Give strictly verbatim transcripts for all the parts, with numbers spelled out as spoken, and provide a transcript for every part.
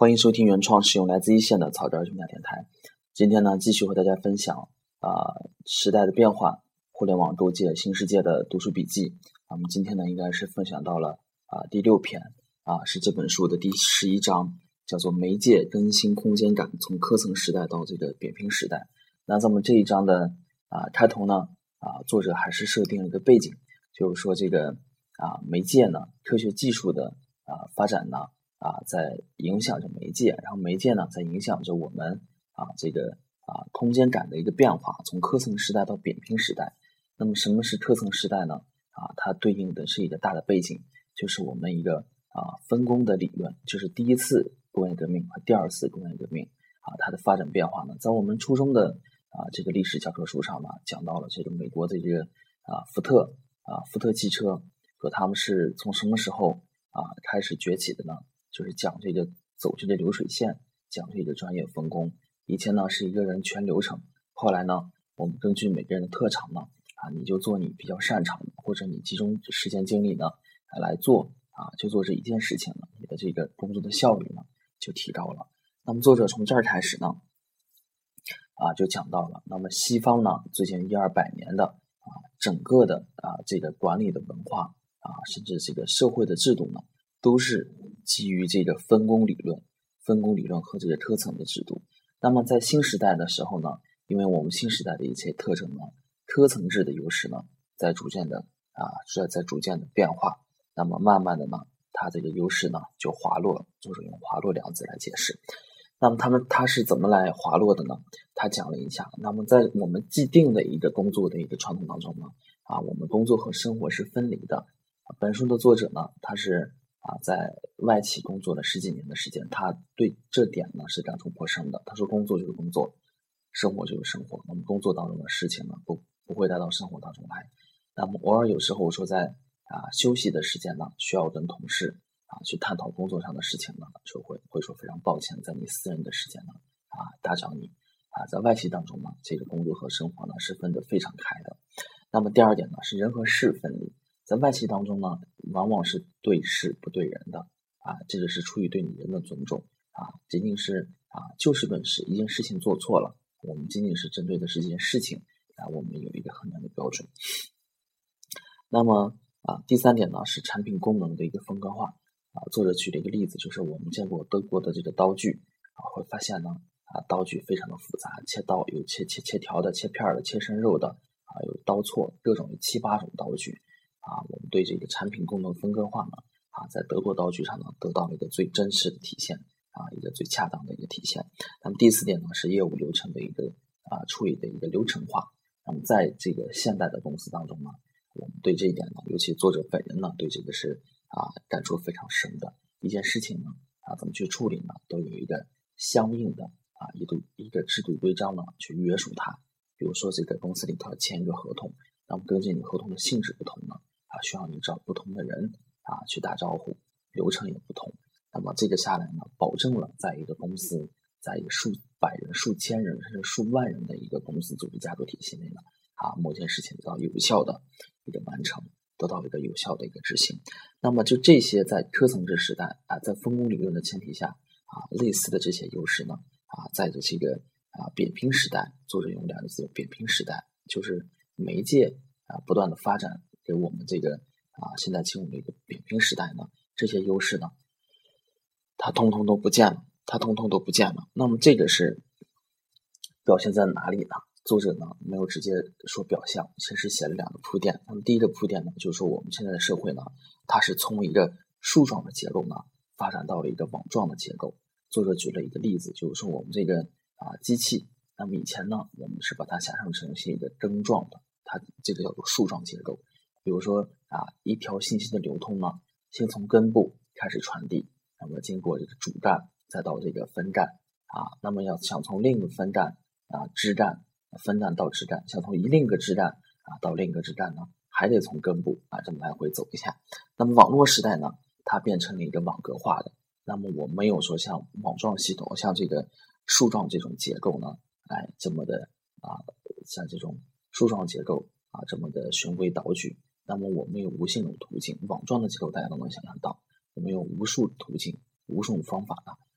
欢迎收听原创使用来自一线的草根儿评价电台。今天呢，继续和大家分享啊、呃、时代的变化，互联网构建新世界的读书笔记。我们今天呢，应该是分享到了啊、呃、第六篇啊、是这本书的第十一章，叫做媒介更新空间感，从科层时代到这个扁平时代。那咱们这一章的啊、开头呢啊、作者还是设定了一个背景，就是说这个啊媒介呢，科学技术的啊发展呢。啊，在影响着媒介，然后媒介呢，在影响着我们啊这个啊空间感的一个变化，从科层时代到扁平时代。那么什么是科层时代呢？啊，它对应的是一个大的背景，就是我们一个啊分工的理论，就是第一次工业革命和第二次工业革命啊它的发展变化呢，在我们初中的啊这个历史教科书上呢，讲到了这个美国的这个啊福特啊福特汽车，说他们是从什么时候啊开始崛起的呢？就是讲这个走这个流水线，讲这个专业分工。以前呢是一个人全流程，后来呢我们根据每个人的特长呢，啊你就做你比较擅长的，或者你集中时间精力呢来做啊就做这一件事情呢，你的这个工作的效率呢就提高了。那么作者从这儿开始呢，啊就讲到了，那么西方呢最近一二百年的啊整个的啊这个管理的文化啊，甚至这个社会的制度呢，都是基于这个分工理论、分工理论和这个科层的制度。那么在新时代的时候呢，因为我们新时代的一些特征呢，科层制的优势呢，在逐渐的啊，在在逐渐的变化。那么慢慢的呢，它这个优势呢就滑落了，就是用滑落两字来解释。那么他们他是怎么来滑落的呢？他讲了一下。那么在我们既定的一个工作的一个传统当中呢，啊，我们工作和生活是分离的。本书的作者呢，他是。啊，在外企工作了十几年的时间，他对这点呢是感触颇深的。他说，工作就是工作，生活就是生活。那么工作当中的事情呢，不不会带到生活当中来。那么偶尔有时候说在啊休息的时间呢，需要跟同事啊去探讨工作上的事情呢，就会会说非常抱歉，在你私人的时间呢啊打扰你啊。在外企当中呢，这个工作和生活呢是分得非常开的。那么第二点呢，是人和事分离。在外企当中呢，往往是对事不对人的啊，这个是出于对你人的尊重啊，仅仅是啊就事论事，一件事情做错了，我们仅仅是针对的是这件事情啊，我们有一个衡量的标准。那么啊，第三点呢是产品功能的一个分割化啊，作者举了一个例子，就是我们见过德国的这个刀具啊，会发现呢啊刀具非常的复杂，切刀有切切切条的、切片的、切生肉的啊，有刀错，各种七八种刀具。啊，我们对这个产品功能分割化呢，啊，在德国刀具上呢，得到了一个最真实的体现，啊，一个最恰当的一个体现。那么第四点呢，是业务流程的一个啊处理的一个流程化。那么在这个现代的公司当中呢，我们对这一点呢，尤其作者本人呢，对这个是啊感触非常深的。一件事情呢，啊怎么去处理呢，都有一个相应的啊一度一个制度规章呢去约束它。比如说这个公司里头要签一个合同，那么根据你合同的性质不同呢。啊，需要你找不同的人啊去打招呼，流程也不同。那么这个下来呢，保证了在一个公司，在一个数百人、数千人甚至数万人的一个公司组织架构体系内呢，啊，某件事情得到有效的一个完成，得到一个有效的一个执行。那么就这些在科层制时代啊，在分工理论的前提下啊，类似的这些优势呢，啊，在这个啊扁平时代，作者用两个字，扁平时代，就是媒介啊不断的发展。给我们这个啊，现在进入了一个扁平时代呢，这些优势呢，它通通都不见了，它通通都不见了。那么这个是表现在哪里呢？作者呢没有直接说表象，其实写了两个铺垫。那么第一个铺垫呢，就是说我们现在的社会呢，它是从一个树状的结构呢，发展到了一个网状的结构。作者举了一个例子，就是说我们这个啊机器，那么以前呢，我们是把它想象成是一个针状的，它这个叫做树状结构。比如说啊，一条信息的流通呢，先从根部开始传递，那么经过这个主站，再到这个分站啊，那么要想从另一个分站啊支站分站到支站，想从一另一个支站啊到另一个支站呢，还得从根部啊这么来回走一下。那么网络时代呢，它变成了一个网格化的，那么我没有说像网状系统，像这个树状这种结构呢，哎这么的啊，像这种树状结构啊这么的循规蹈矩。那么我们有无限种途径，网状的结构大家都能想象到，我们有无数途径、无数种方法呢，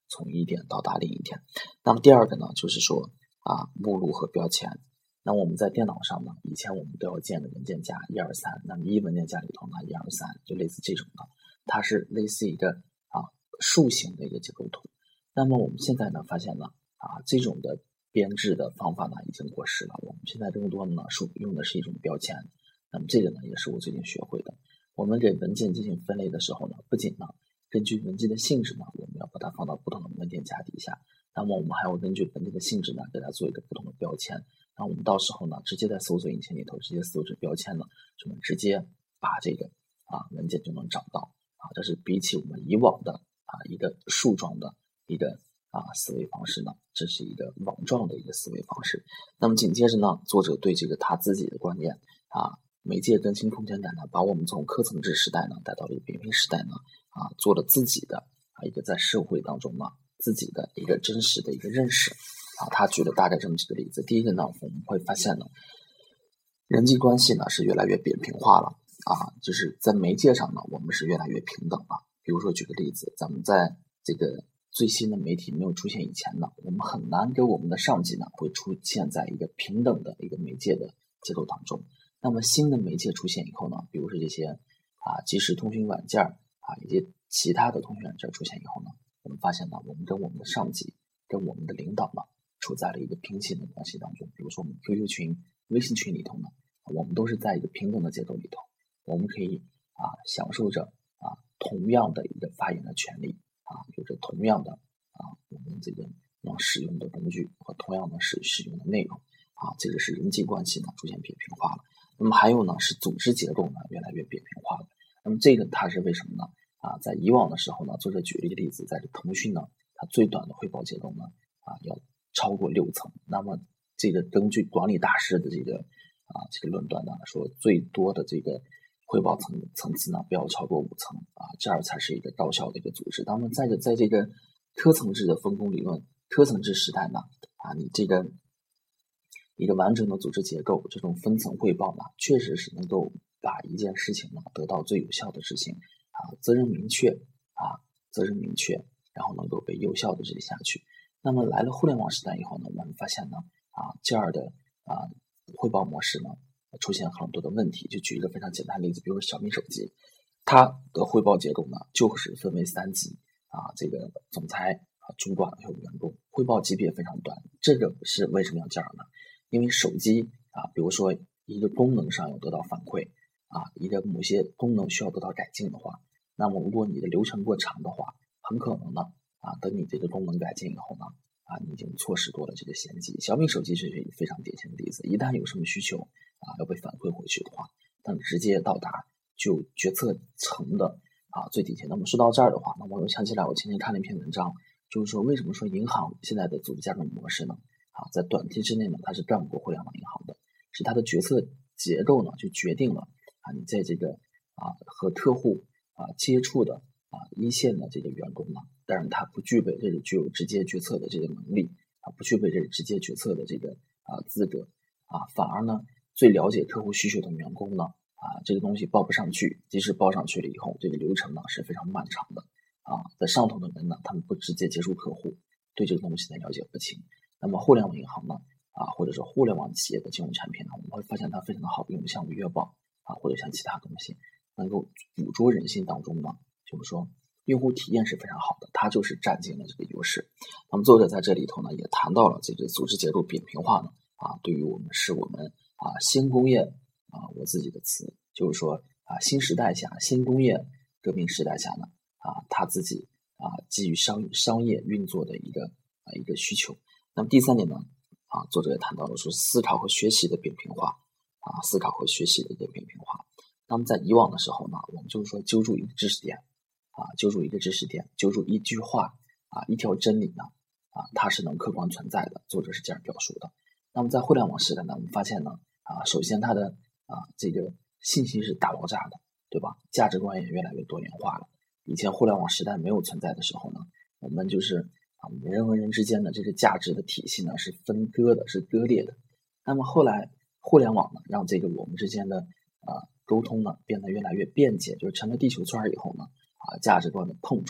从一点到达另一点。那么第二个呢，就是说啊，目录和标签。那我们在电脑上呢，以前我们都要建的文件夹一二三，那么一文件夹里头呢一二三，就类似这种的，它是类似一个啊树形的一个结构图。那么我们现在呢发现呢啊这种的编制的方法呢已经过时了，我们现在更多的呢是用的是一种标签。那么这个呢也是我最近学会的。我们给文件进行分类的时候呢，不仅呢根据文件的性质呢，我们要把它放到不同的文件夹底下，那么我们还要根据文件的性质呢，给它做一个不同的标签。那我们到时候呢，直接在搜索引擎里头直接搜这标签呢，就能直接把这个啊文件就能找到啊。这是比起我们以往的啊一个树状的一个啊思维方式呢，这是一个网状的一个思维方式。那么紧接着呢，作者对这个他自己的观念啊，媒介更新空间感呢，把我们从科层制时代呢带到了扁平时代呢啊，做了自己的啊一个在社会当中呢自己的一个真实的一个认识。啊，他举了大概这么几个例子。第一个呢，我们会发现呢，人际关系呢是越来越扁平化了啊，就是在媒介上呢，我们是越来越平等了。比如说举个例子，咱们在这个最新的媒体没有出现以前呢，我们很难给我们的上级呢会出现在一个平等的一个媒介的结构当中。那么新的媒介出现以后呢，比如说这些啊即时通讯软件啊以及其他的通讯软件出现以后呢，我们发现呢，我们跟我们的上级跟我们的领导呢处在了一个平行的关系当中。比如说我们 Q Q 群、微信群里头呢，我们都是在一个平等的结构里头，我们可以啊享受着啊同样的一个发言的权利啊，有着同样的啊我们这个能使用的工具和同样的使使用的内容啊，这个是人际关系呢出现扁平化了。那么还有呢是组织结构呢越来越扁平化了。那么这个它是为什么呢？啊，在以往的时候呢，作者举了一个例子，在这腾讯呢，它最短的汇报结构呢啊要超过六层。那么这个根据管理大师的这个啊这个论断呢，说最多的这个汇报层层次呢不要超过五层啊，这样才是一个高效的一个组织。那么在这在这个科层制的分工理论、科层制时代呢啊，你这个一个完整的组织结构，这种分层汇报呢，确实是能够把一件事情呢得到最有效的执行啊，责任明确啊，责任明确，然后能够被有效的执行下去。那么来了互联网时代以后呢，我们发现呢啊这样的啊汇报模式呢出现很多的问题。就举一个非常简单的例子，比如说小米手机，它的汇报结构呢就是分为三级啊，这个总裁啊、主管还有员工，汇报级别非常短。这个是为什么要这样呢？因为手机啊，比如说一个功能上要得到反馈啊，一个某些功能需要得到改进的话，那么如果你的流程过长的话，很可能呢啊，等你这个功能改进以后呢啊，你已经错失多了这个先机。小米手机是一个非常典型的例子，一旦有什么需求啊要被反馈回去的话，等直接到达就决策层的啊最底层。那么说到这儿的话，那么我又想起来我前天看了一篇文章，就是说为什么说银行现在的组织架构模式呢？啊，在短期之内呢，它是干不过互联网银行的，是它的决策结构呢就决定了啊，你在这个啊和客户啊接触的啊一线的这个员工呢，当然他不具备这个具有直接决策的这个能力啊，不具备这个直接决策的这个啊资格啊，反而呢最了解客户需求的员工呢啊这个东西报不上去，即使报上去了以后，这个流程呢是非常漫长的啊，在上头的人呢，他们不直接接触客户，对这个东西的了解不清。那么互联网银行呢啊，或者说互联网企业的金融产品呢，我们会发现它非常的好用，像余额宝啊，或者像其他东西，能够捕捉人心当中呢，就是说用户体验是非常好的，它就是占尽了这个优势。那么作者在这里头呢，也谈到了这个组织结构扁平化呢啊，对于我们是我们啊新工业啊，我自己的词就是说啊新时代下新工业革命时代下呢啊，他自己啊基于商商业运作的一个啊一个需求。那么第三点呢，啊，作者也谈到了说思考和学习的扁平化，啊，思考和学习的一个扁平化。那么在以往的时候呢，我们就是说揪住一个知识点，啊，揪住一个知识点，揪住一句话，啊，一条真理呢，啊，它是能客观存在的。作者是这样表述的。那么在互联网时代呢，我们发现呢，啊，首先它的啊这个信息是大爆炸的，对吧？价值观也越来越多元化了。以前互联网时代没有存在的时候呢，我们就是啊，人和人之间的这个价值的体系呢是分割的，是割裂的。那么后来互联网呢，让这个我们之间的啊沟通呢变得越来越便捷，就是成了地球村以后呢，啊价值观的碰撞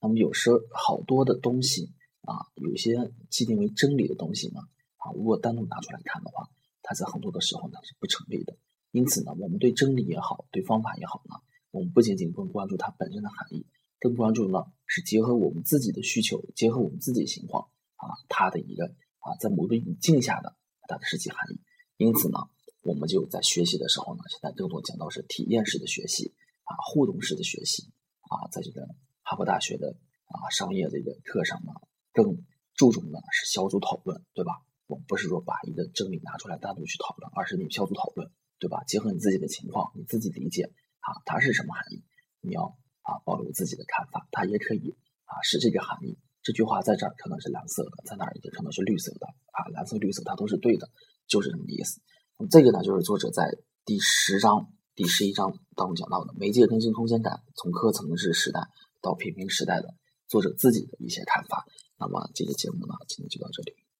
那么有时候好多的东西啊，有些既定为真理的东西呢，啊，如果单独拿出来看的话，它在很多的时候呢是不成立的。因此呢，我们对真理也好，对方法也好呢，我们不仅仅更关注它本身的含义，更关注呢是结合我们自己的需求，结合我们自己的情况啊，它的一个啊在某个语境下的它的实际含义。因此呢，我们就在学习的时候呢，现在更多讲到是体验式的学习啊，互动式的学习啊，在这个哈佛大学的啊商业这个课上呢，更注重的是小组讨论，对吧？我们不是说把一个真理拿出来单独去讨论，而是你小组讨论，对吧？结合你自己的情况，你自己理解啊，它是什么含义，你要啊保留自己的看法，它也可以啊是这个含义。这句话在这儿可能是蓝色的，在那儿也可能是绿色的啊，蓝色绿色它都是对的，就是这么意思。那么这个呢，就是作者在第十章、第十一章当中讲到的媒介更新空间感，从科层制时代到平民时代的作者自己的一些看法。那么这个节目呢，今天就到这里。